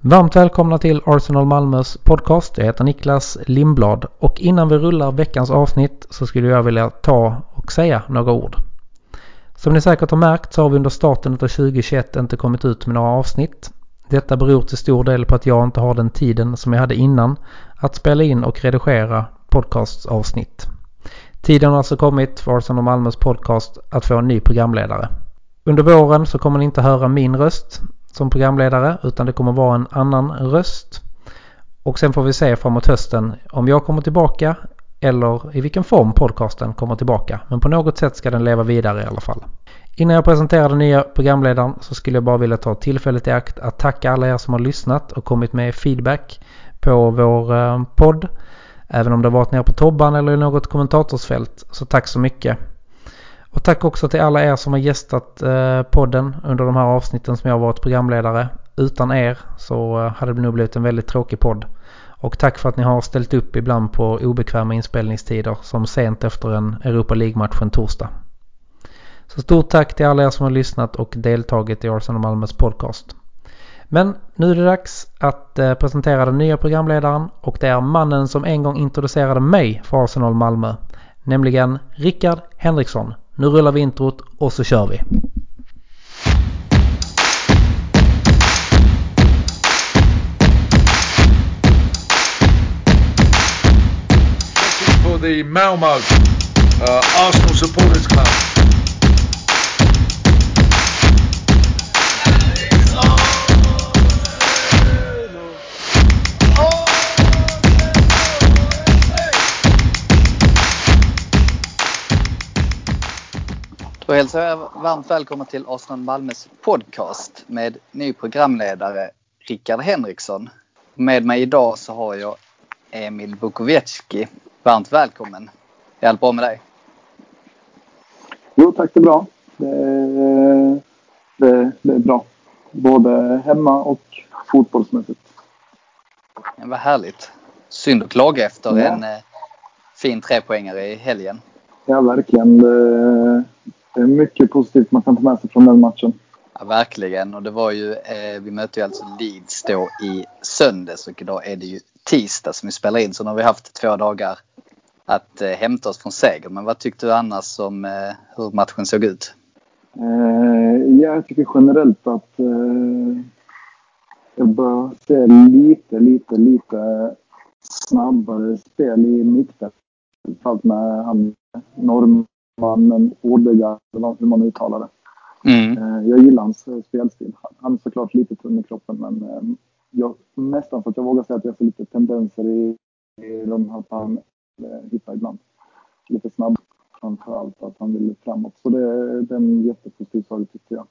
Varmt välkomna till Arsenal Malmös podcast. Jag heter Niklas Lindblad och innan vi rullar veckans avsnitt så skulle jag vilja ta och säga några ord. Som ni säkert har märkt så har vi under starten av 2021 inte kommit ut med några avsnitt. Detta beror till stor del på att jag inte har den tiden som jag hade innan att spela in och redigera podcastavsnitt. Tiden har alltså kommit för Arsenal Malmös podcast att få en ny programledare. Under våren så kommer ni inte höra min röst som programledare utan det kommer vara en annan röst. Och sen får vi se framåt hösten om jag kommer tillbaka eller i vilken form podcasten kommer tillbaka. Men på något sätt ska den leva vidare i alla fall. Innan jag presenterar den nya programledaren så skulle jag bara vilja ta tillfället i akt att tacka alla er som har lyssnat och kommit med feedback på vår podd. Även om det har varit nere på Tobban eller i något kommentatorsfält, så tack så mycket. Och tack också till alla er som har gästat podden under de här avsnitten som jag har varit programledare. Utan er så hade det nog blivit en väldigt tråkig podd. Och tack för att ni har ställt upp ibland på obekväma inspelningstider som sent efter en Europa League-match en torsdag. Så stort tack till alla er som har lyssnat och deltagit i Arsenal Malmös podcast. Men nu är det dags att presentera den nya programledaren och det är mannen som en gång introducerade mig för Arsenal Malmö. Nämligen Rickard Henriksson. Nu rullar vi introt och så kör vi. For the Malmo Arsenal Supporters Club. Då hälsar jag varmt välkommen till Arsenal Malmös podcast med ny programledare Rickard Henriksson. Med mig idag så har jag Emil Bukowiecki. Varmt välkommen. Är allt bra med dig? Jo, tack, det är bra. Det är bra. Både hemma och fotbollsmässigt. Ja, vad härligt. Synd att klaga efter en fin 3-poängare i helgen. Ja, verkligen. Det är mycket positivt man kan ta med sig från den matchen. Ja, verkligen. Och det var ju, vi mötte ju alltså Leeds då i söndags och idag är det ju tisdag som vi spelar in. Så nu har vi haft 2 dagar att hämta oss från seger. Men vad tyckte du annars om hur matchen såg ut? Jag tycker generellt att jag bör se lite snabbare spel i mittfältet. Framförallt med han norrmannen Odegaard, hur man uttalar det. Jag gillar hans spelstil. Han är såklart lite tunn i kroppen, men jag nästan så att jag vågar säga att jag ser lite tendenser i de här han hittar ibland. Lite snabb framförallt att han vill framåt. Så det är en jättepositiv sak tycker jag.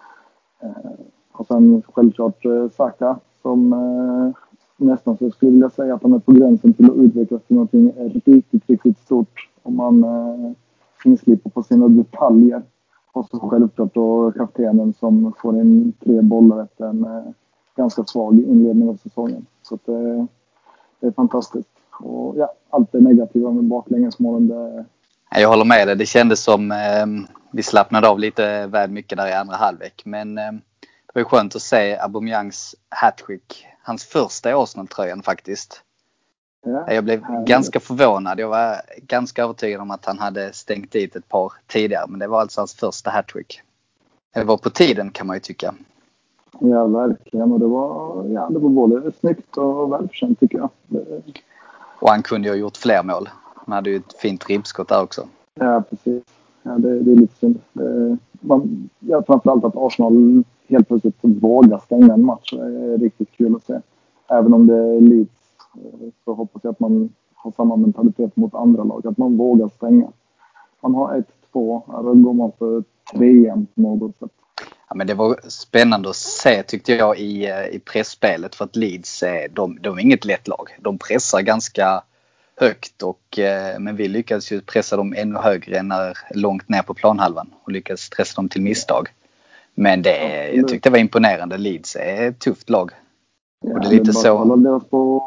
Och sen självklart Saka som nästan så skulle vilja säga att han är på gränsen till att utvecklas till någonting riktigt stort. Om man finsliper på sina detaljer. Och så självklart då kaptenen som får in 3 bollar efter en ganska svag inledning av säsongen. Så att, det är fantastiskt. Och ja, allt det negativa med baklängesmålen. Jag håller med dig. Det kändes som vi slappnade av lite väl mycket där i andra halvlek. Men det var ju skönt att se Aubameyangs hattrick. Hans första i Arsenal-tröjan faktiskt. Ja, jag blev ganska förvånad. Jag var ganska övertygad om att han hade stängt dit ett par tidigare. Men det var alltså hans första hattrick. Det var på tiden kan man ju tycka. Ja, verkligen. Och det var både snyggt och välförtjänt tycker jag. Och han kunde ju ha gjort fler mål. Han hade ju ett fint ribbskott där också. Ja, precis. Ja, det är lite synd. Framförallt att Arsenal helt plötsligt vågar stänga en match. Det är riktigt kul att se. Även om det är Leeds så hoppas jag att man har samma mentalitet mot andra lag. Att man vågar stänga. Man har 1-2. Då går man för 3 på något sätt. Ja, men det var spännande att se tyckte jag i pressspelet. För att Leeds, de är inget lätt lag. De pressar ganska högt. Men vi lyckades ju pressa dem ännu högre än långt ner på planhalvan. Och lyckades pressa dem till misstag. Men jag tyckte det var imponerande. Leeds är ett tufft lag. Ja, och det är lite så. Deras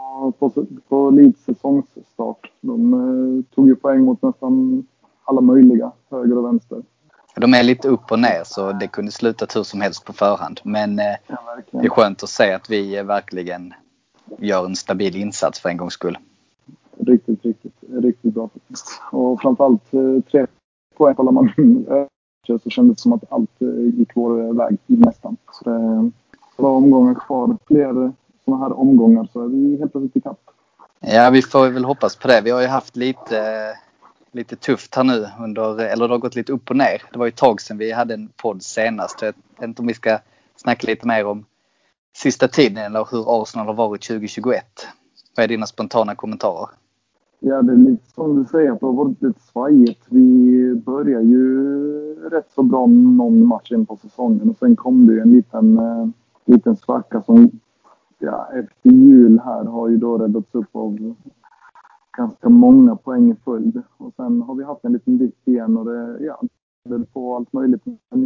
på Leeds säsongsstart. De tog ju poäng mot nästan alla möjliga höger och vänster. De är lite upp och ner så det kunde sluta hur som helst på förhand. Men det är skönt att se att vi verkligen gör en stabil insats för en gångs skull. Riktigt bra faktiskt. Och framförallt 3 poäng håller man så kändes det som att allt gick vår väg nästan. Så det var omgångar kvar. Fler sådana här omgångar så är vi helt plötsligt i kapp. Ja, vi får väl hoppas på det. Vi har ju haft lite tufft här nu eller det har gått lite upp och ner. Det var ju ett tag sedan vi hade en podd senast. Jag vet inte om vi ska snacka lite mer om sista tiden eller hur Arsenal har varit 2021. Vad är dina spontana kommentarer? Ja, det är lite som du säger att det har varit lite svajigt. Vi börjar ju rätt så bra någon match in på säsongen och sen kom det ju en liten svacka som efter jul här har ju då räddats upp av ganska många poäng i följd. Och sen har vi haft en liten dipp igen och det är på allt möjligt.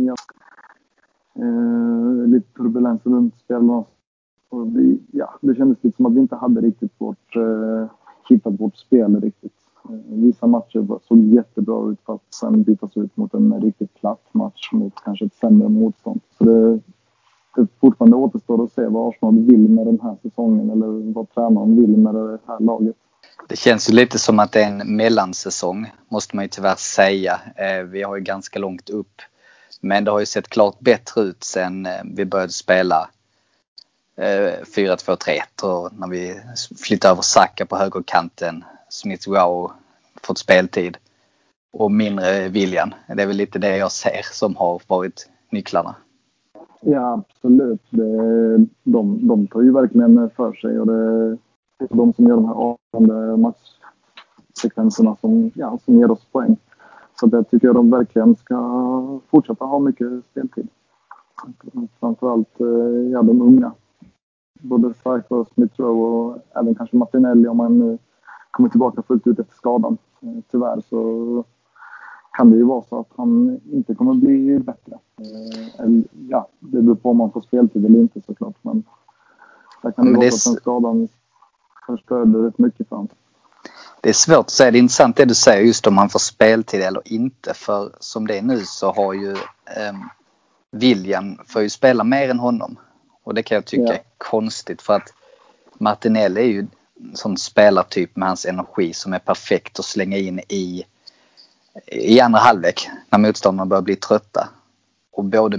Lite turbulens runt spelarna. Det kändes lite som att vi inte hade riktigt hittat vårt spel riktigt. Vissa matcher såg jättebra ut för att sen bytas ut mot en riktigt platt match mot kanske ett sämre motstånd. Så det fortfarande återstår att se vad Arsenal vill med den här säsongen eller vad tränaren vill med det här laget. Det känns ju lite som att det är en mellansäsong, måste man ju tyvärr säga. Vi har ju ganska långt upp. Men det har ju sett klart bättre ut sen vi började spela 4-2-3-1 och när vi flyttade över Saka på högerkanten, Smith Rowe fått speltid och mindre Willian. Det är väl lite det jag ser som har varit nycklarna. Ja, absolut. De tar ju verkligen för sig och det är de som gör de här avgörande matchsekvenserna som ger oss poäng. Så det tycker jag de verkligen ska fortsätta ha mycket speltid. Framförallt de unga. Både Saka och Smith Rowe och även kanske Martinelli om man kommer tillbaka fullt ut efter skadan. Tyvärr så kan det ju vara så att han inte kommer bli bättre. Det beror på om man får speltid eller inte såklart. Men där kan det vara så att den skadan förstörde rätt mycket för honom. Det är svårt att säga. Det är intressant det du säger just om han får speltid eller inte. För som det är nu så har ju William får ju spela mer än honom. Och det kan jag tycka är konstigt för att Martinelli är ju en sån spelartyp med hans energi som är perfekt att slänga in i andra halvlek när motståndarna börjar bli trötta. Och både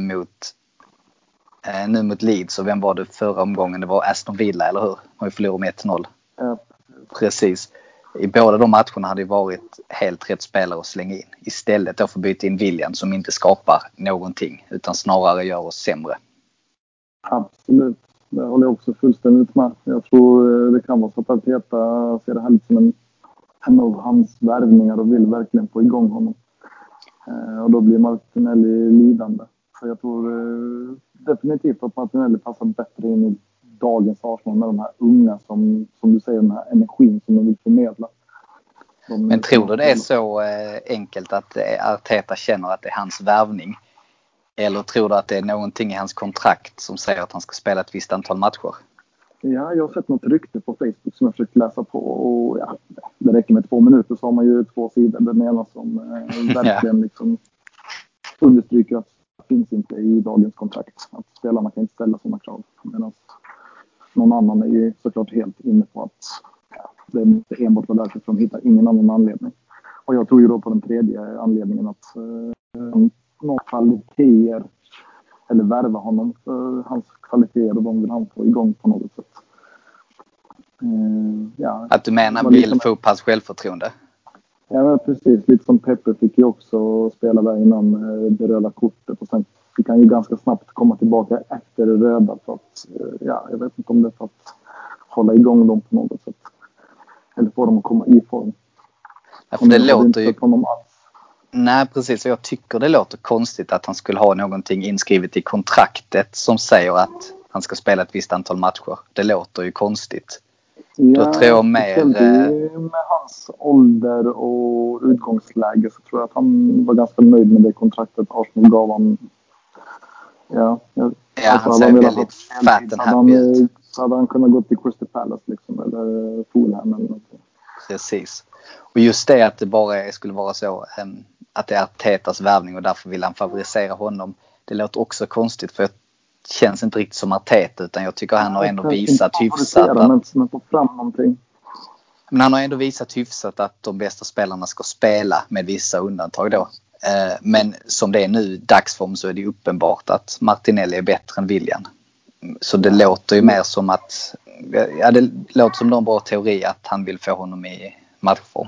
nu mot Leeds och vem var det förra omgången? Det var Aston Villa, eller hur? Har ju förlorat med 1-0. Ja. Precis. I båda de matcherna hade det varit helt rätt spelare att slänga in. Istället då för att byta in William som inte skapar någonting utan snarare gör oss sämre. Absolut. Det håller jag också fullständigt med. Jag tror det kan vara så att Arteta ser det här lite som en av hans värvningar och vill verkligen få igång honom. Och då blir Martinelli lidande. Så jag tror definitivt att Martinelli passar bättre in i dagens Arsenal med de här unga som du säger, den här energin som de vill förmedla. Men tror du det är så enkelt att Arteta känner att det är hans värvning? Eller tror du att det är någonting i hans kontrakt som säger att han ska spela ett visst antal matcher? Ja, jag har sett något rykte på Facebook som jag försökt läsa på. Och det räcker med 2 minuter så har man ju 2 sidor. Den ena som verkligen liksom understryker att det finns inte i dagens kontrakt. Att spelarna kan inte ställa sådana krav. Medan någon annan är ju såklart helt inne på att det är inte enbart var därför för de hittar ingen annan anledning. Och jag tror ju då på den tredje anledningen att några kvaliteter eller värva honom för hans kvaliteter och de vill han få igång på något sätt. Att du menar vill få upp hans självförtroende? Ja, precis. Lite som Peppe fick ju också spela där innan det röda kortet och sen fick han ju ganska snabbt komma tillbaka efter det röda för att, jag vet inte om det är för att hålla igång dem på något sätt. Eller få dem att komma i form. Ja, för det låter ju... Nej, precis. Jag tycker det låter konstigt att han skulle ha någonting inskrivet i kontraktet som säger att han ska spela ett visst antal matcher. Det låter ju konstigt. Ja, då tror jag mer... med hans ålder och utgångsläge så tror jag att han var ganska nöjd med det kontraktet Arsenal gav honom. Han ser väldigt fat and happy ut. Så hade han kunnat gå till Crystal Palace liksom, eller Fulham eller något. Precis. Och just det att det bara skulle vara så att det är Artetas värvning och därför vill han favorisera honom. Det låter också konstigt för jag känns inte riktigt som Arteta, utan jag tycker han har ändå visat hyfsat att... Men få fram någonting. Men han har ändå visat hyfsat att de bästa spelarna ska spela med vissa undantag då. Men som det är nu, dagsform, så är det uppenbart att Martinelli är bättre än Willian. Så det låter ju mer som att... Ja, det låter som en bra teori att han vill få honom i matchform.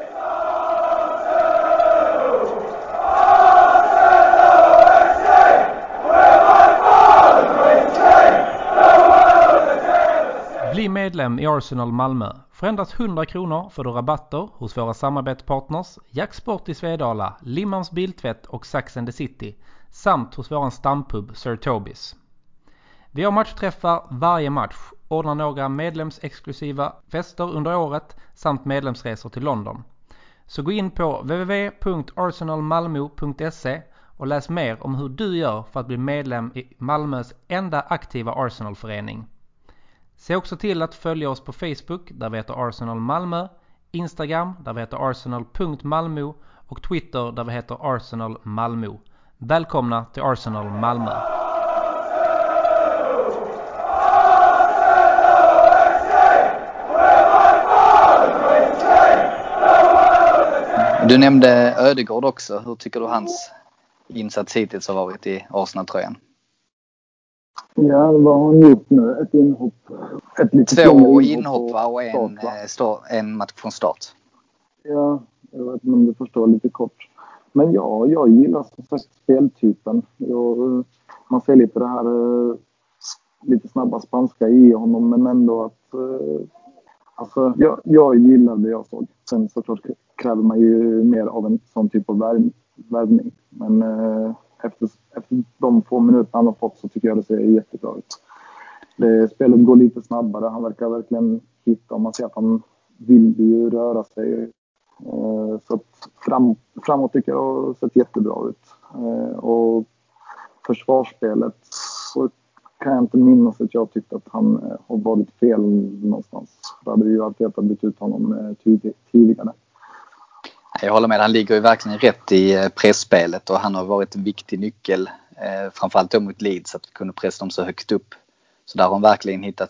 Bli medlem i Arsenal Malmö. För endast 100 kronor får du rabatter hos våra samarbetspartners Jacksport i Svedala, Limmans Biltvätt och Sax and the City samt hos våran stampub Sir Tobis. Vi har matchträffar varje match, ordnar några medlemsexklusiva fester under året samt medlemsresor till London. Så gå in på www.arsenalmalmo.se och läs mer om hur du gör för att bli medlem i Malmös enda aktiva Arsenal-förening. Se också till att följa oss på Facebook där vi heter Arsenal Malmö, Instagram där vi heter arsenal.malmo och Twitter där vi heter Arsenal Malmö. Välkomna till Arsenal Malmö! Du nämnde Ödegaard också. Hur tycker du hans insats hittills har varit i Arsenal-tröjan? Ja, vad har han gjort nu? Ett inhopp. Två inhopp och en match från start. Ja, jag vet inte om du förstår lite kort. Men ja, jag gillar som sagt speltypen. Man ser lite det här lite snabba spanska i honom, men ändå att... Alltså, jag gillar det jag såg. Sen såklart kräver man ju mer av en sån typ av värvning. Men efter de få minuter han har fått så tycker jag det ser jättebra ut. Spelet går lite snabbare. Han verkar verkligen hitta. Man ser att han vill ju röra sig. Så att framåt tycker jag har sett jättebra ut. Och försvarsspelet så kan jag inte minnas att jag tyckte att han har varit fel någonstans. Då hade vi ju alltid bytt ut honom tidigare. Jag håller med, han ligger ju verkligen rätt i pressspelet och han har varit en viktig nyckel framförallt då mot Leeds att vi kunde pressa dem så högt upp. Så där har han verkligen hittat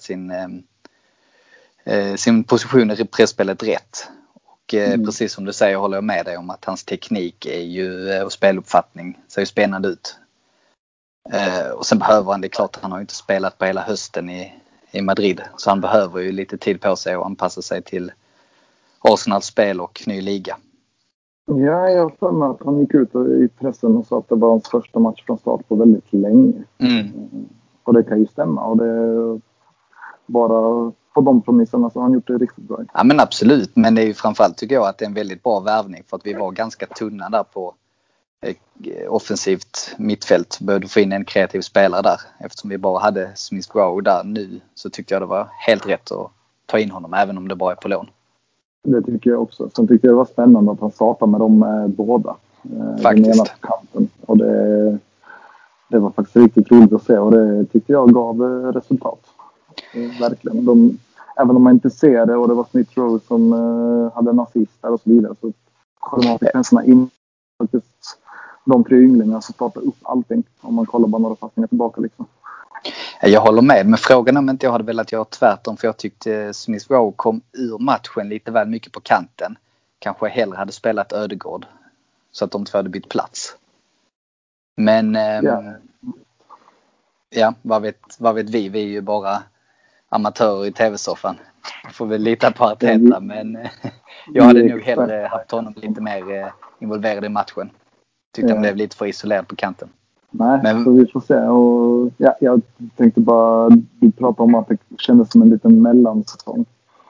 sin position i pressspelet rätt. Och precis som du säger håller jag med dig om att hans teknik är ju, och speluppfattning ser ju spännande ut. Och sen behöver han, det är klart han har ju inte spelat på hela hösten i Madrid. Så han behöver ju lite tid på sig och anpassa sig till Arsenals spel och ny liga. Ja, jag har för mig att han gick ut i pressen och sa att det var hans första match från start på väldigt länge. Och det kan ju stämma. Och det bara på de premisserna så har han gjort det riktigt bra. Ja men absolut, men det är ju framförallt tycker jag att det är en väldigt bra värvning. För att vi var ganska tunna där på offensivt mittfält. Började få in en kreativ spelare där. Eftersom vi bara hade Smith Rowe där nu så tyckte jag det var helt rätt att ta in honom även om det bara är på lån. Det tycker jag också. Sen tyckte jag det var spännande att han startade med dem båda. Faktiskt. Den ena på kanten. Och det var faktiskt riktigt roligt att se och det tyckte jag gav resultat. Verkligen. Även om man inte ser det och det var Smith Rowe som hade en assist där och så vidare så kommer man sekvenserna in faktiskt de tre ynglingarna som startar upp allting om man kollar bara några passningar tillbaka liksom. Jag håller med, men frågan om inte jag hade velat göra tvärtom för jag tyckte Smith Rowe kom ur matchen lite väl mycket på kanten. Kanske hellre hade spelat Ödegaard så att de två hade bytt plats. Men ja, vad vet vi? Vi är ju bara amatörer i tv-soffan. Får väl lita på Arteta, men jag hade nog hellre haft honom lite mer involverad i matchen. Tyckte han blev lite för isolerad på kanten. Nej, men så vi får se. Och, ja, jag tänkte bara prata om att det kändes som en liten mellansäsong.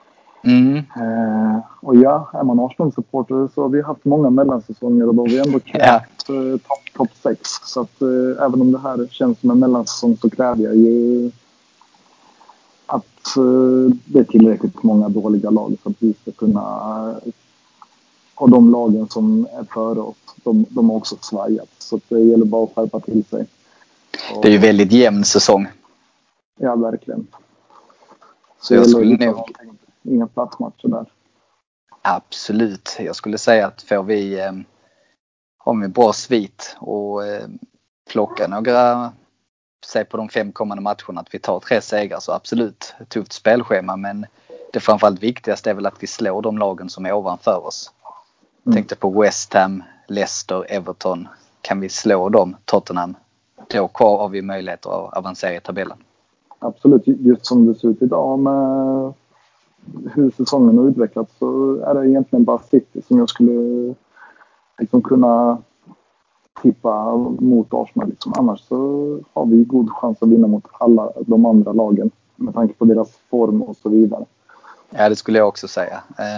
Och ja, är man Arsenal-supporter så har vi haft många mellansäsonger och då har vi ändå krävt topp 6. Så att även om det här känns som en mellansäsong så kräver jag ju att det är tillräckligt många dåliga lag så att vi ska kunna... Och de lagen som är före oss, de har också svajat. Så det gäller bara att skärpa till sig. Det är ju väldigt jämn säsong. Ja, verkligen. Så jag skulle nog... Inga platsmatcher där. Absolut. Jag skulle säga att får vi har vi bra svit och plocka några, säg på de 5 kommande matcherna att vi tar 3 segrar, så absolut tufft spelschema, men det framförallt viktigaste är väl att vi slår de lagen som är ovanför oss. Tänkte på West Ham, Leicester, Everton. Kan vi slå dem, Tottenham, då kvar har vi möjlighet att avancera i tabellen. Absolut, just som det ser ut idag med hur säsongen har utvecklats, så är det egentligen bara City som jag skulle liksom kunna tippa mot Arsenal. Liksom. Annars så har vi god chans att vinna mot alla de andra lagen med tanke på deras form och så vidare. Ja, det skulle jag också säga.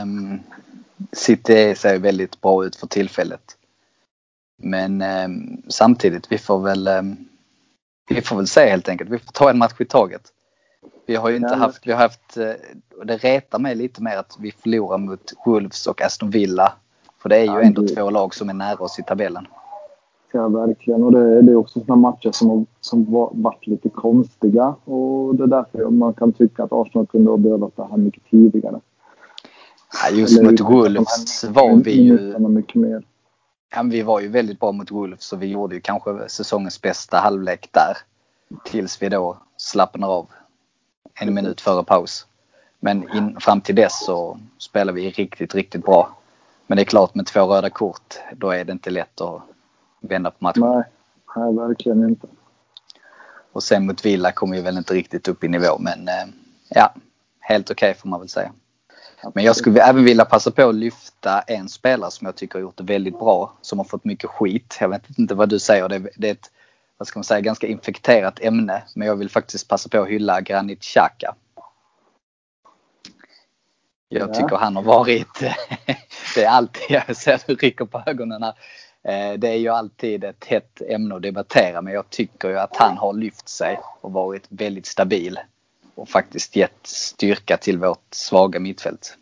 City ser väldigt bra ut för tillfället. Men samtidigt, vi får väl se helt enkelt. Vi får ta en match i taget. Vi har ju inte haft, och det retar mig lite mer att vi förlorar mot Wolves och Aston Villa. För det är ju ändå 2 lag som är nära oss i tabellen. Ja, verkligen. Och det är också sådana matcher som varit lite konstiga. Och det är därför man kan tycka att Arsenal kunde ha behövt det här mycket tidigare. Ja, just mot Wolves var vi ju... Mycket mer. Ja, vi var ju väldigt bra mot Wolves, så vi gjorde ju kanske säsongens bästa halvlek där. Tills vi då slappnar av 1 minut före paus. Men fram till dess så spelar vi riktigt, riktigt bra. Men det är klart, med 2 röda kort, då är det inte lätt att vända på matchen. Nej, verkligen inte. Och sen mot Villa kommer vi väl inte riktigt upp i nivå. Men ja, helt okej får man väl säga. Men jag skulle även vilja passa på att lyfta en spelare som jag tycker har gjort det väldigt bra. Som har fått mycket skit. Jag vet inte vad du säger. Det är ett, vad ska man säga, ganska infekterat ämne. Men jag vill faktiskt passa på att hylla Granit Xhaka. Jag tycker han har varit... det är alltid, jag ser att du rycker på ögonen här. Det är ju alltid ett hett ämne att debattera. Men jag tycker ju att han har lyft sig och varit väldigt stabil. Och faktiskt gett styrka till vårt svaga mittfält.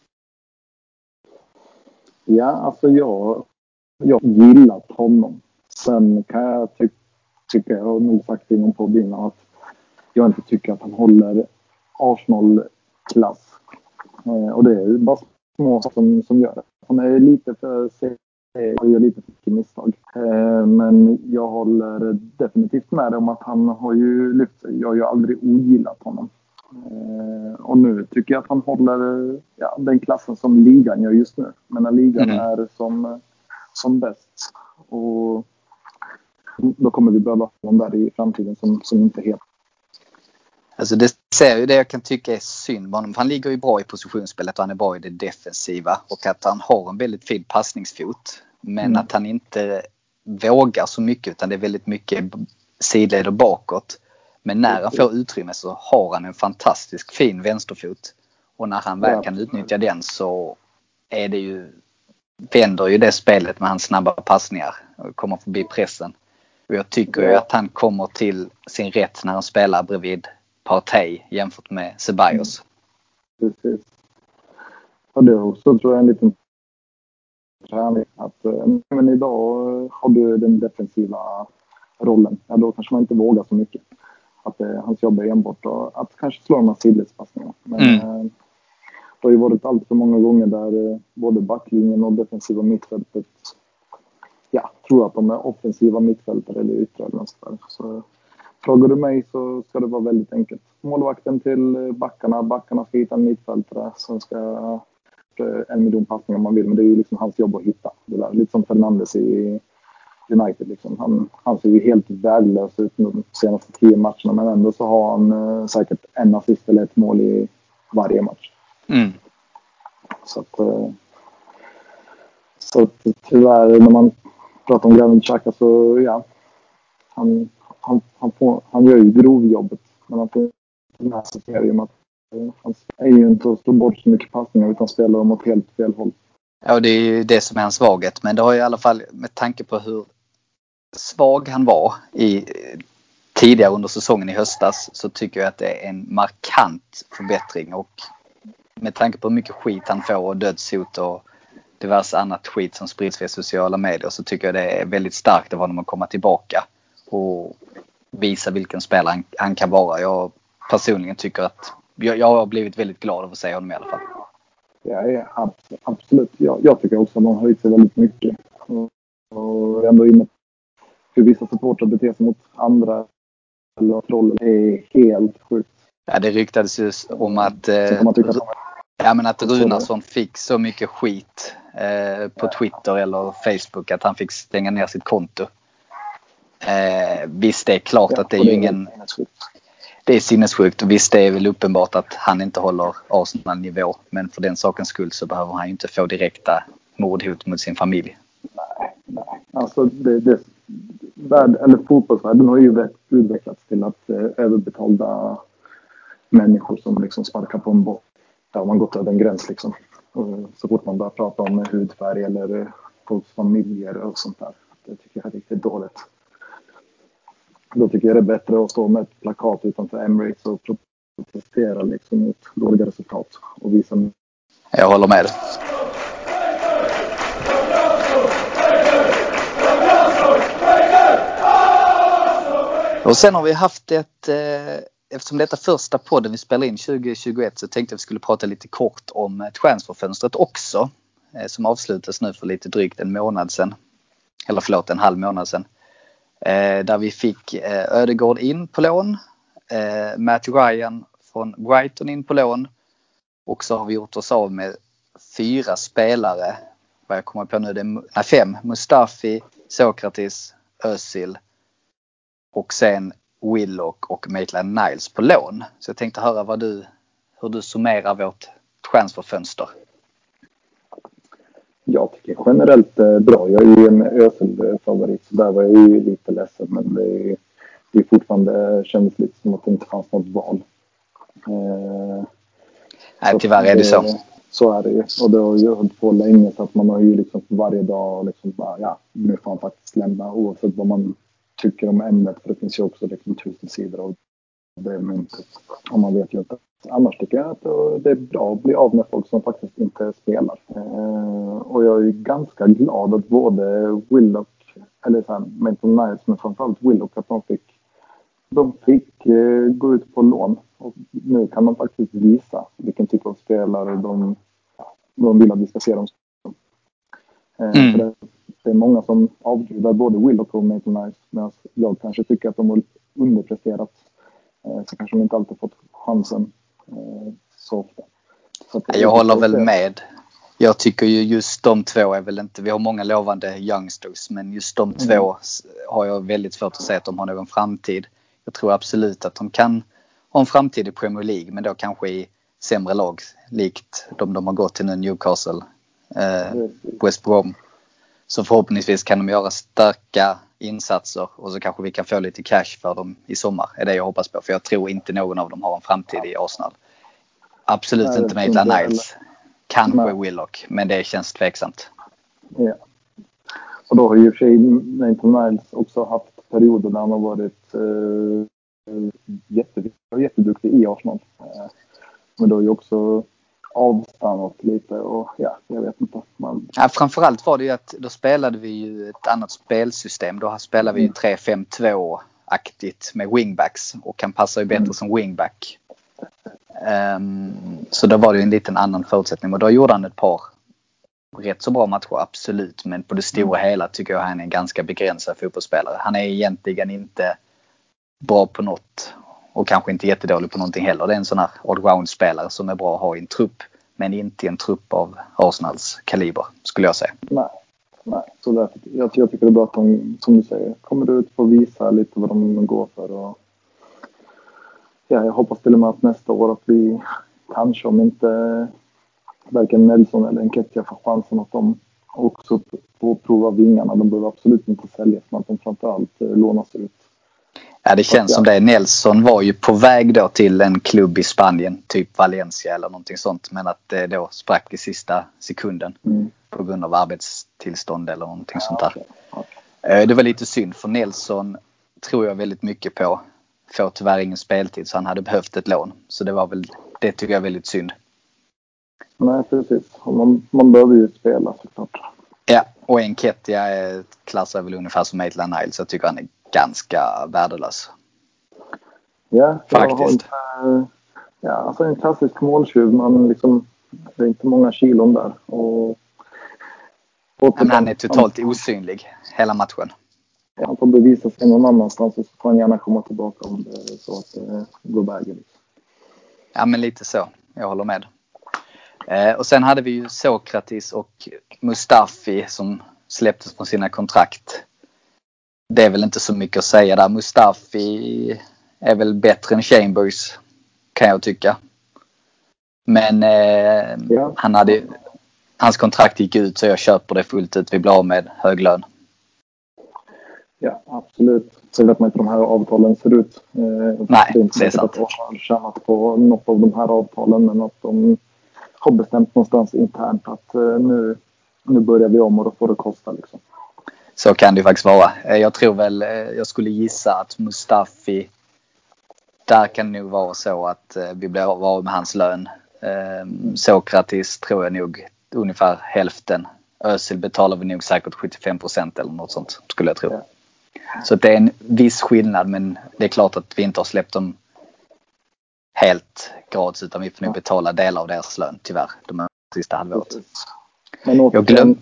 Ja, alltså jag gillat honom. Sen kan jag tycka, jag har nog sagt inom podden, att jag inte tycker att han håller Arsenal-klass. Och det är ju bara små som gör det. Han är lite för och gör lite för mycket misstag. Men jag håller definitivt med om att han har ju lyft sig. Jag har ju aldrig ogillat honom. Och nu tycker jag att han håller den klassen som ligan gör just nu. Men när ligan är som bäst. Och då kommer vi behöva någon där i framtiden som inte är helt. Alltså det ser ju det jag kan tycka är synd med honom. Han ligger ju bra i positionsspelet och han är bra i det defensiva. Och att han har en väldigt fin passningsfot. Men att han inte vågar så mycket, utan det är väldigt mycket sidled och bakåt. Men när han får utrymme så har han en fantastisk fin vänsterfot. Och när han väl kan utnyttja den så är det ju, vänder ju det spelet med hans snabba passningar och kommer förbi pressen. Och jag tycker ju att han kommer till sin rätt när han spelar bredvid Partey jämfört med Ceballos. Precis. Och det också tror jag en liten träning att men idag har du den defensiva rollen. Ja, då kanske man inte vågar så mycket. Att hans jobb är enbart att kanske slå de här sidledspassningarna. Men det har ju varit allt för många gånger där både backlinjen och defensiva mittfältet tror att de är offensiva mittfältare eller yttre eller något där. Så frågar du mig så ska det vara väldigt enkelt. Målvakten till backarna ska hitta en mittfältare som ska 1 miljon passningar om man vill. Men det är ju liksom hans jobb att hitta det där. Lite som Fernandes i United liksom. Han ser ju helt värdelös ut de senaste 10 matcherna, men ändå så har han säkert en assist eller ett mål i varje match. Så att tyvärr när man pratar om Granit Xhaka så han gör ju grovjobbet, men han får med sig serien att han är ju inte att slå bort så mycket passningar utan spelar dem åt helt fel håll. Ja, och det är ju det som är hans svaghet, men det har ju i alla fall med tanke på hur svag han var tidigare under säsongen i höstas, så tycker jag att det är en markant förbättring. Och med tanke på hur mycket skit han får och dödshot och diverse annat skit som sprids via sociala medier, så tycker jag det är väldigt starkt av honom att komma tillbaka och visa vilken spelare han kan vara. Jag personligen tycker att jag har blivit väldigt glad av att se honom i alla fall. Ja, absolut. Jag tycker också att han har höjt sig väldigt mycket. och ändå inne hur vissa supportrar beter sig mot andra eller roller är helt sjukt. Ja, det ryktades ju om att att Runarsson fick så mycket skit på Twitter eller Facebook att han fick stänga ner sitt konto. Visst, det är klart att det är ju ingen... Det är sinnessjukt, och visst, det är väl uppenbart att han inte håller Arsenal-nivå. Men för den sakens skull så behöver han ju inte få direkta mordhot mot sin familj. Nej. Alltså fotbollsvärlden har ju utvecklats till att överbetalda människor som liksom sparkar på en boll. Där har man gått över en gräns liksom. Och så fort man börjar prata om hudfärg eller folks familjer och sånt där. Det tycker jag är riktigt dåligt. Då tycker jag det är bättre att stå med ett plakat utanför Emirates och protestera liksom mot dåliga resultat och visa. Jag håller med. Och sen har vi haft eftersom detta första podden vi spelar in 2021, så tänkte jag att vi skulle prata lite kort om transferfönstret också. Som avslutas nu för lite drygt en månad sedan. Eller en halv månad sedan. Där vi fick Ödegaard in på lån. Matt Ryan från Brighton in på lån. Och så har vi gjort oss av med 4 spelare. Vad jag kommer på nu, det är 5. Mustafi, Sokratis, Özil och sen Willock och Maitland-Niles på lån. Så jag tänkte höra hur du summerar vårt transferfönster. Jag tycker generellt bra. Jag är ju en Özil-favorit, så där var jag ju lite ledsen. Men det fortfarande kändes lite som att det inte fanns något val. Nej, tyvärr är det så. Så är det ju. Och det har ju hållit på länge, så att man har ju liksom varje dag liksom bara, nu får man faktiskt lämna oavsett vad man tycker om ämnet. För det finns ju också liksom 1000 sidor av det myntet. Och man vet ju inte. Annars tycker jag att det är bra att bli av med folk som faktiskt inte spelar. Och jag är ganska glad att både Willock, eller Maitland-Niles, men framförallt Willock, att de fick gå ut på lån. Och nu kan de faktiskt visa vilken typ av spelare de vill att vi ska se dem som. För det är många som avgudar både Willock och Maitland-Niles, medan jag kanske tycker att de har underpresterat. Så kanske de inte alltid fått chansen så ofta. Så jag håller väl med. Jag tycker ju just de två är väl inte... Vi har många lovande youngsters, men just de två har jag väldigt svårt att säga att de har någon framtid. Jag tror absolut att de kan ha en framtid i Premier League, men då kanske i sämre lag, likt de har gått till nu, Newcastle, West Brom. Så förhoppningsvis kan de göra starka insatser, och så kanske vi kan få lite cash för dem i sommar. Är det jag hoppas på, för jag tror inte någon av dem har en framtid i Arsenal. Absolut inte Maitland-Niles. Kanske Willock, men det känns tveksamt. Ja. Och då har ju för sig Maitland-Niles också haft perioder där han har varit jätteduktig i Arsenal. Men då har ju också avstannat lite, och jag vet inte. Framförallt var det ju att då spelade vi ju ett annat spelsystem. Då spelade vi 3-5-2-aktigt med wingbacks, och han passar ju bättre som wingback. Så då var det ju en liten annan förutsättning, och då gjorde han ett par rätt så bra matcher, absolut. Men på det stora hela tycker jag han är en ganska begränsad fotbollsspelare. Han är egentligen inte bra på något, och kanske inte jättedålig på någonting heller. Det är en sån här allround-spelare som är bra att ha i en trupp, men inte en trupp av Arsenals kaliber, skulle jag säga. Nej. Så därför, jag tycker det är bra att de, som du säger, kommer ut och visa lite vad de går för. Och jag hoppas till och med att nästa år att vi kanske, om inte varken Nelson eller Nketiah får chansen, att de också får prova vingarna. De behöver absolut inte säljas, men att de framförallt lånas ut. Ja, det känns som det. Nelson var ju på väg då till en klubb i Spanien, typ Valencia eller någonting sånt. Men att det då sprack i sista sekunden på grund av arbetstillstånd eller någonting sånt där. Okay. Det var lite synd, för Nelson tror jag väldigt mycket på. Får tyvärr ingen speltid, så han hade behövt ett lån. Så det tycker jag är väldigt synd. Nej, precis. Man behöver ju spela, såklart. Ja, och Nketiah klassar väl ungefär som Maitland-Niles, så jag tycker han är ganska värdelös. Ja, faktiskt. Alltså en klassisk måltjuv. Man liksom, det är inte många kilon där. Och Men han är totalt osynlig hela matchen. Han får bevisa sig någon annanstans och så får han gärna komma tillbaka om det är så att det går vägen. Ja, men lite så. Jag håller med. Och sen hade vi ju Sokratis och Mustafi som släpptes på sina kontrakt. Det är väl inte så mycket att säga där. Mustafi är väl bättre än Chambers, kan jag tycka. Men hans kontrakt gick ut, så jag köper det fullt ut. Vi blir av med hög lön. Ja, absolut. Så vet man inte hur de här avtalen ser ut. Nej, det är sant. Att de har tjänat på något av de här avtalen, men att de har bestämt någonstans internt att nu börjar vi om och då får det kosta liksom. Så kan det faktiskt vara. Jag tror väl, jag skulle gissa att Mustafi, där kan det nog vara så att vi blir av med hans lön. Sokratis tror jag nog ungefär hälften. Özil betalar vi nog säkert 75% eller något sånt, skulle jag tro. Ja. Så det är en viss skillnad, men det är klart att vi inte har släppt dem helt gratis, utan vi får nog betala delar av deras lön, tyvärr, de här sista halvåret. Men återigen,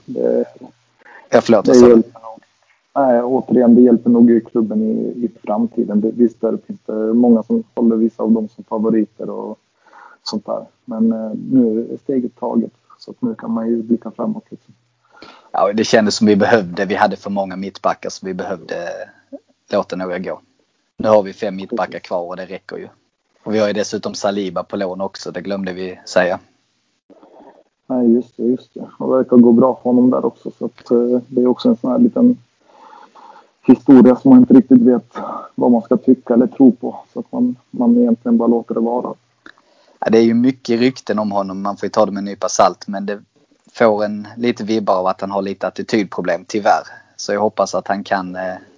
det hjälper nog i klubben i framtiden. Visst finns det många som håller vissa av dem som favoriter och sånt där. Men nu är steget taget, så att nu kan man ju blicka framåt liksom. Ja, det kändes som vi hade för många mittbackar, så vi behövde låta några gå. Nu har vi 5 mittbackar kvar och det räcker ju. Och vi har ju dessutom Saliba på lån också, det glömde vi säga. Nej, just det. Och det verkar gå bra för honom där också, så att det är också en sån här liten historia som man inte riktigt vet vad man ska tycka eller tro på, så att man egentligen bara låter det vara. Ja, det är ju mycket rykten om honom, man får ju ta det med en nypa salt, men det får en lite vibbar av att han har lite attitydproblem, tyvärr. Så jag hoppas att han kan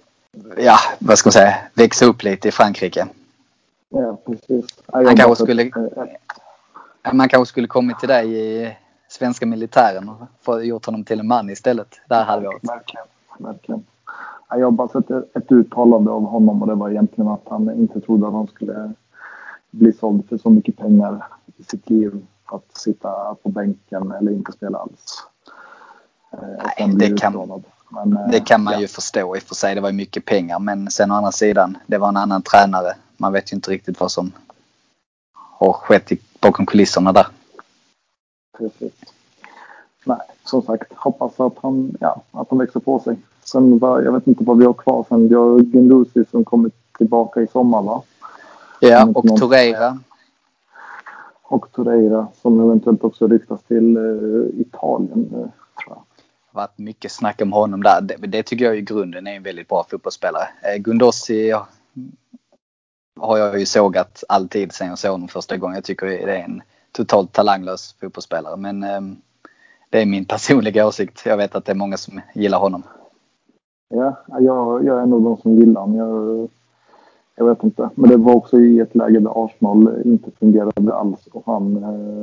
växa upp lite i Frankrike. Ja, precis. Man kanske skulle kommit till dig i svenska militären och få gjort honom till en man istället. Där hade vi varit. Verkligen. Jag har bara sett ett uttalande av honom, och det var egentligen att han inte trodde att han skulle bli såld för så mycket pengar i sitt liv att sitta på bänken eller inte spela alls. Det kan man ju förstå i och för sig. Det var ju mycket pengar, men sen å andra sidan, det var en annan tränare. Man vet ju inte riktigt vad som har skett bakom kulisserna där. Precis. Nej, som sagt, hoppas att han växer på sig. Sen jag vet inte vad vi har kvar sen. Vi har Guendouzi som kommer tillbaka i sommar, va? Ja, och Torreira. Och Torreira som eventuellt också ryktas till Italien, tror jag. Det har varit mycket snack om honom där. Det tycker jag i grunden är en väldigt bra fotbollsspelare. Guendouzi har jag ju sågat alltid sen jag såg honom första gången. Jag tycker det är en totalt talanglös fotbollsspelare. Men det är min personliga åsikt. Jag vet att det är många som gillar honom. Ja, jag är nog de som gillar honom. Jag vet inte. Men det var också i ett läge där Arsenal inte fungerade alls. Och han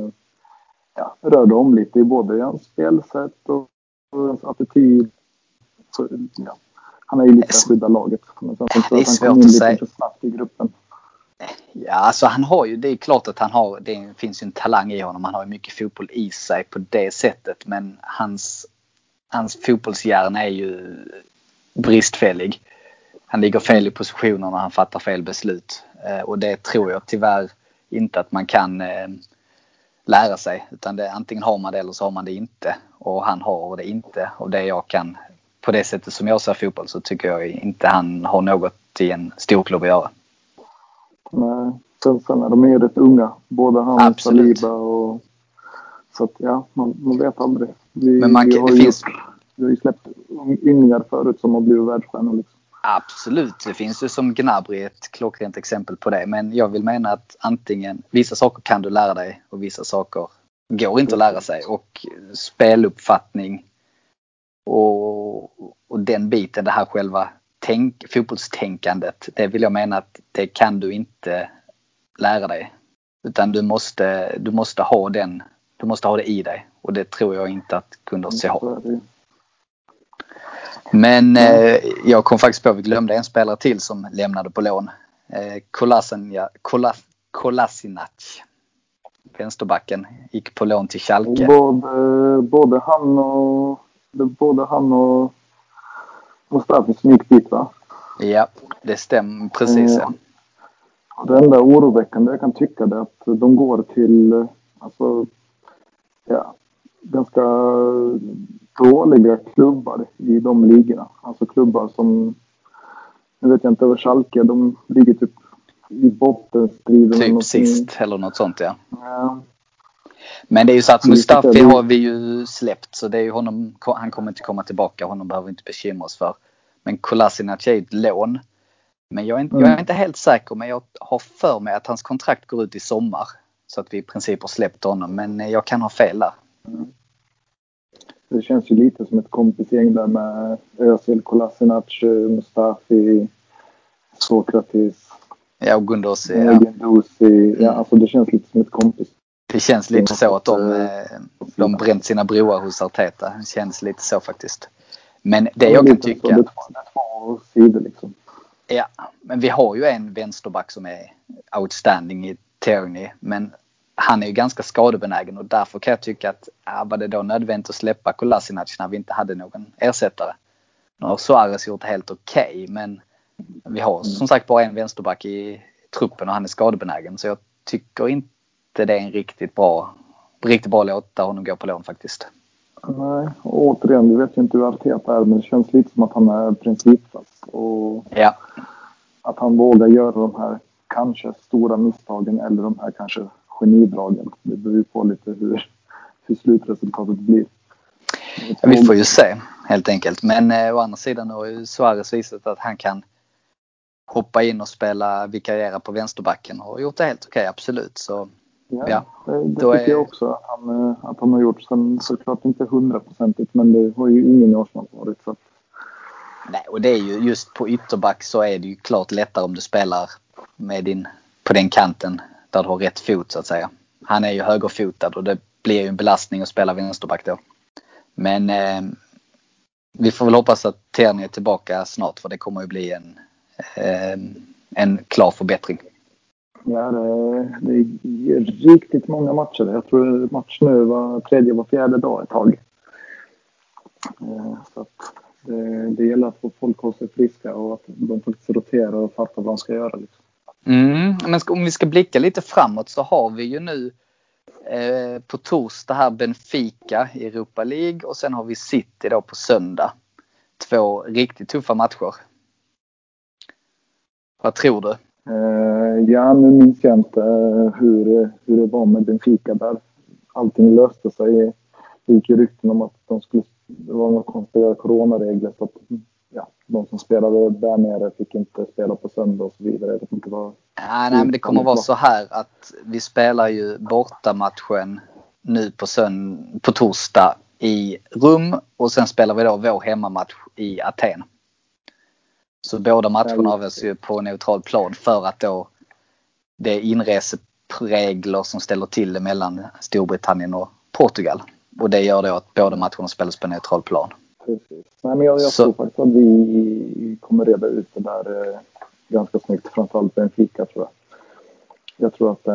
rörde om lite i både hans spelsätt och hans attityd. Så, ja. Han är ju lite skydda laget. Men sen det är svårt att säga. För snabbt i gruppen. Ja, alltså han har ju, det är klart att det finns ju en talang i honom. Han har ju mycket fotboll i sig på det sättet. Men hans fotbollshjärna är ju bristfällig. Han ligger fel i positionerna och han fattar fel beslut. Och det tror jag tyvärr inte att man kan lära sig. Utan antingen har man det eller så har man det inte. Och han har det inte. Och det jag kan, på det sättet som jag ser fotboll, så tycker jag inte han har något i en stor klubb att göra. Nej, sen är de ju rätt unga. Både han och Saliba. Och, så att man vet aldrig. Vi har ju släppt ynglingar förut som har blivit världsstjärnor liksom. Absolut, det finns ju som Gnabry ett klockrent exempel på det. Men jag vill mena att antingen vissa saker kan du lära dig och vissa saker går inte att lära sig. Och speluppfattning och den biten, det här själva fotbollstänkandet, det vill jag mena att det kan du inte lära dig. Utan du måste ha det i dig. Och det tror jag inte att Guendouzi har. Men jag kom faktiskt på att vi glömde en spelare till som lämnade på lån. Kolasinac. Vänsterbacken gick på lån till Schalke. Både han och Det är både han och Mustafi som gick dit, va? Ja, det stämmer precis. Det enda oroväckande jag kan tycka är att de går till ganska dåliga klubbar i de ligorna. Alltså klubbar som, nu vet jag inte över Schalke, de ligger typ i bottenstriden. Typ sist eller något sånt, ja. Ja. Men det är ju så att Mustafi har vi ju släppt, så det är ju honom, han kommer inte komma tillbaka, honom behöver vi inte bekymra oss för. Men Kolasinac är ett lån. Men jag är inte helt säker, men jag har för mig att hans kontrakt går ut i sommar. Så att vi i princip har släppt honom, men jag kan ha fel där. Det känns ju lite som ett kompisgäng där med Özil, Kolasinac, Mustafi, Sokratis. Ja, och Gundosi. Ja, alltså det känns lite som ett kompis. Det känns lite så att de bränt sina broar hos Arteta. Det känns lite så faktiskt. Men det jag kan tycka... Det är två sidor liksom. Ja, men vi har ju en vänsterback som är outstanding i Tierney. Men han är ju ganska skadebenägen och därför kan jag tycka att var det då nödvändigt att släppa Kolasinac när vi inte hade någon ersättare. Nu har Suarez gjort helt okej, men vi har som sagt bara en vänsterback i truppen och han är skadebenägen. Så jag tycker inte det är en riktigt bra låta honom gå på lån faktiskt. Nej, och återigen, du vet ju inte hur Arteta är, men det känns lite som att han är principfast. Och att han vågar göra de här kanske stora misstagen eller de här kanske genidragen. Det beror ju på lite hur slutresultatet blir. Vi får ju se helt enkelt. Men å andra sidan har ju Suarez visat att han kan hoppa in och vikariera på vänsterbacken och har gjort det helt okej, absolut. Så det tycker jag också att han har gjort. Sen såklart inte 100%, men det har ju ingen i Arsenal varit. Så. Nej, och det är ju just på ytterback så är det ju klart lättare om du spelar på den kanten där du har rätt fot så att säga. Han är ju högerfotad och det blir ju en belastning att spela vänsterback då. Men vi får väl hoppas att Tierney är tillbaka snart, för det kommer ju bli en klar förbättring. Ja, det är riktigt många matcher. Jag tror match nu var 3:e var 4:e dag ett tag. Så att det gäller att få folk hålla sig friska och att de faktiskt roterar och fattar vad de ska göra. Liksom. Men om vi ska blicka lite framåt så har vi ju nu på torsdag här Benfica i Europa League och sen har vi City då på söndag. 2 riktigt tuffa matcher. Vad tror du? Ja, nu minns jag inte hur det var med Benfica där. Allting löste sig. Det gick ju rykten om att det var några konstiga coronaregler så att de som spelade där nere fick inte spela på söndag och så vidare. Jag vet inte vad... Nej, men det kommer vara så här att vi spelar ju bortamatchen nu på torsdag i Rom och sen spelar vi då vår hemmamatch i Aten. Så båda matcherna avgörs ju på neutral plan för att då det är inreseregler som ställer till det mellan Storbritannien och Portugal. Och det gör då att båda matcherna spelas på neutral plan. Precis. Nej, men jag tror faktiskt att vi kommer reda ut det där ganska snyggt. Framförallt Benfica tror jag. Jag tror att det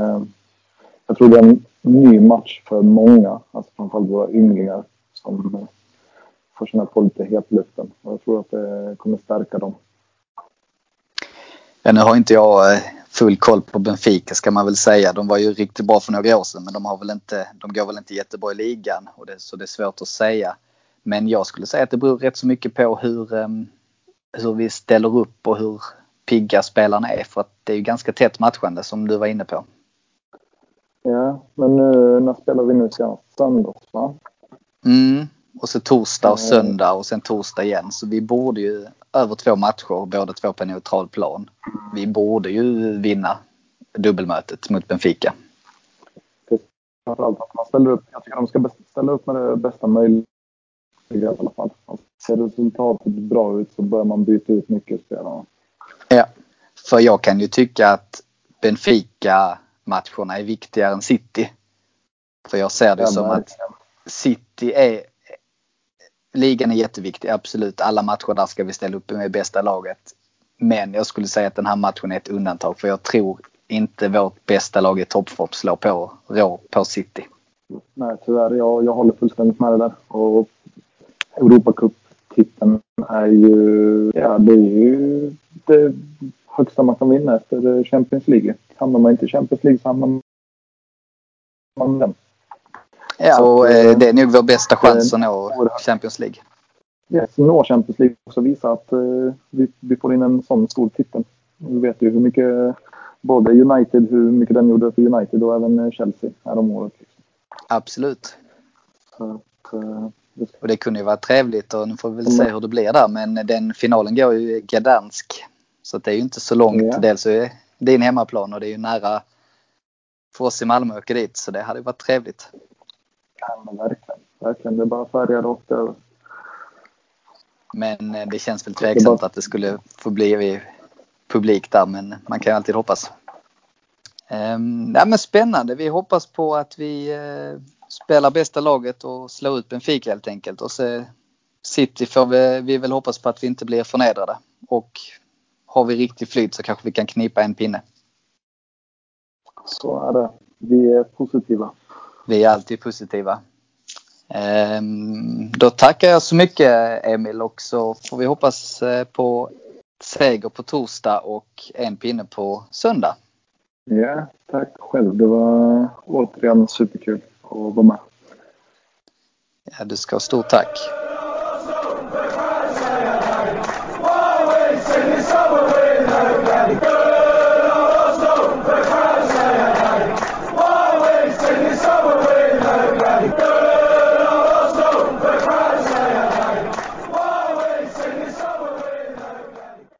är en ny match för många. Alltså framförallt våra ynglingar som får känna på lite hetluften. Och jag tror att det kommer stärka dem. Ja, nu har inte jag full koll på Benfica ska man väl säga. De var ju riktigt bra för några år sedan, men de går väl inte jättebra i ligan. Så det är svårt att säga. Men jag skulle säga att det beror rätt så mycket på hur vi ställer upp och hur pigga spelarna är. För att det är ju ganska tätt matchande som du var inne på. Ja, men nu, när spelar vi nu senast? Söndag, va? Och så torsdag och söndag och sen torsdag igen. Så vi borde ju över 2 matcher, båda 2 på neutral plan. Vi borde ju vinna dubbelmötet mot Benfica. Framförallt att man ställer upp. Jag tycker de ska ställa upp med det bästa möjliga i alla fall. Alltså, ser resultatet bra ut så börjar man byta ut mycket spelare. Ja, för jag kan ju tycka att Benfica-matcherna är viktigare än City. För jag ser det som att City ligan är jätteviktig, absolut. Alla matcher där ska vi ställa upp med bästa laget. Men jag skulle säga att den här matchen är ett undantag. För jag tror inte vårt bästa lag i toppform slår på City. Nej, tyvärr. Jag håller fullständigt med det där. Och Europacup-titeln är ju, ja, det är ju det högsta man kan vinna efter Champions League. Hamnar man inte i Champions League så hamnar man den. Ja, och det är nog vår bästa chans att nå Champions League. Yes, nå Champions League också visa att vi får in en sån stor titel. Vi vet ju hur mycket både United, hur mycket den gjorde för United och även Chelsea här om året. Absolut. Och det kunde ju vara trevligt och nu får vi väl se hur det blir där. Men den finalen går ju i Gdansk. Så det är ju inte så långt. Ja. Dels så är det en hemmaplan och det är ju nära för oss i Malmö att åka dit. Så det hade ju varit trevligt. Ja, men verkligen. Det är bara färger och över. Men det känns väl tveksamt att det skulle få bli publik där. Men man kan ju alltid hoppas. Ja, men spännande. Vi hoppas på att vi spelar bästa laget och slår ut Benfica helt enkelt. Och så City får vi väl hoppas på att vi inte blir förnedrade. Och har vi riktigt flyt så kanske vi kan knipa en pinne. Så är det. Vi är positiva. Vi är alltid positiva. Då tackar jag så mycket, Emil, och så får vi hoppas på seger på torsdag och en pinne på söndag. Ja, tack själv. Det var återigen superkul att vara med. Ja, du ska ha stort tack.